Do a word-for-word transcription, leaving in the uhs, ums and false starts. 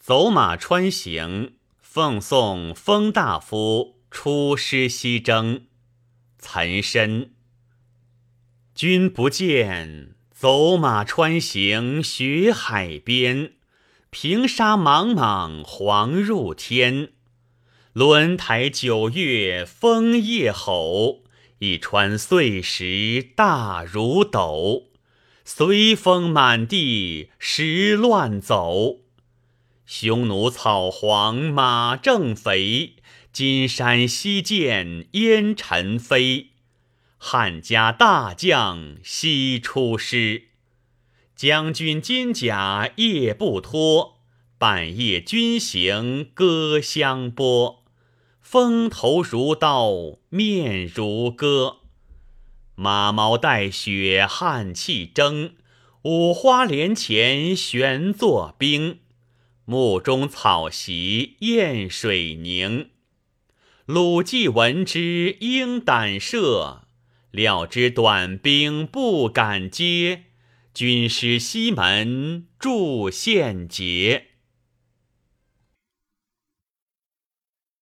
走马川行，奉送封大夫出师西征。岑参。君不见，走马川行雪海边，平沙莽莽黄入天。轮台九月风夜吼，一川碎石大如斗。随风满地石乱走，匈奴草黄马正肥，金山西涧烟尘飞。汉家大将西出师，将军金甲夜不脱，半夜军行歌相拨。风头如刀面如割，马毛带雪汗气蒸。五花连前悬作冰，目中草席燕水凝。鲁季闻之应胆慑，料知短兵不敢接。军师西门筑陷阱。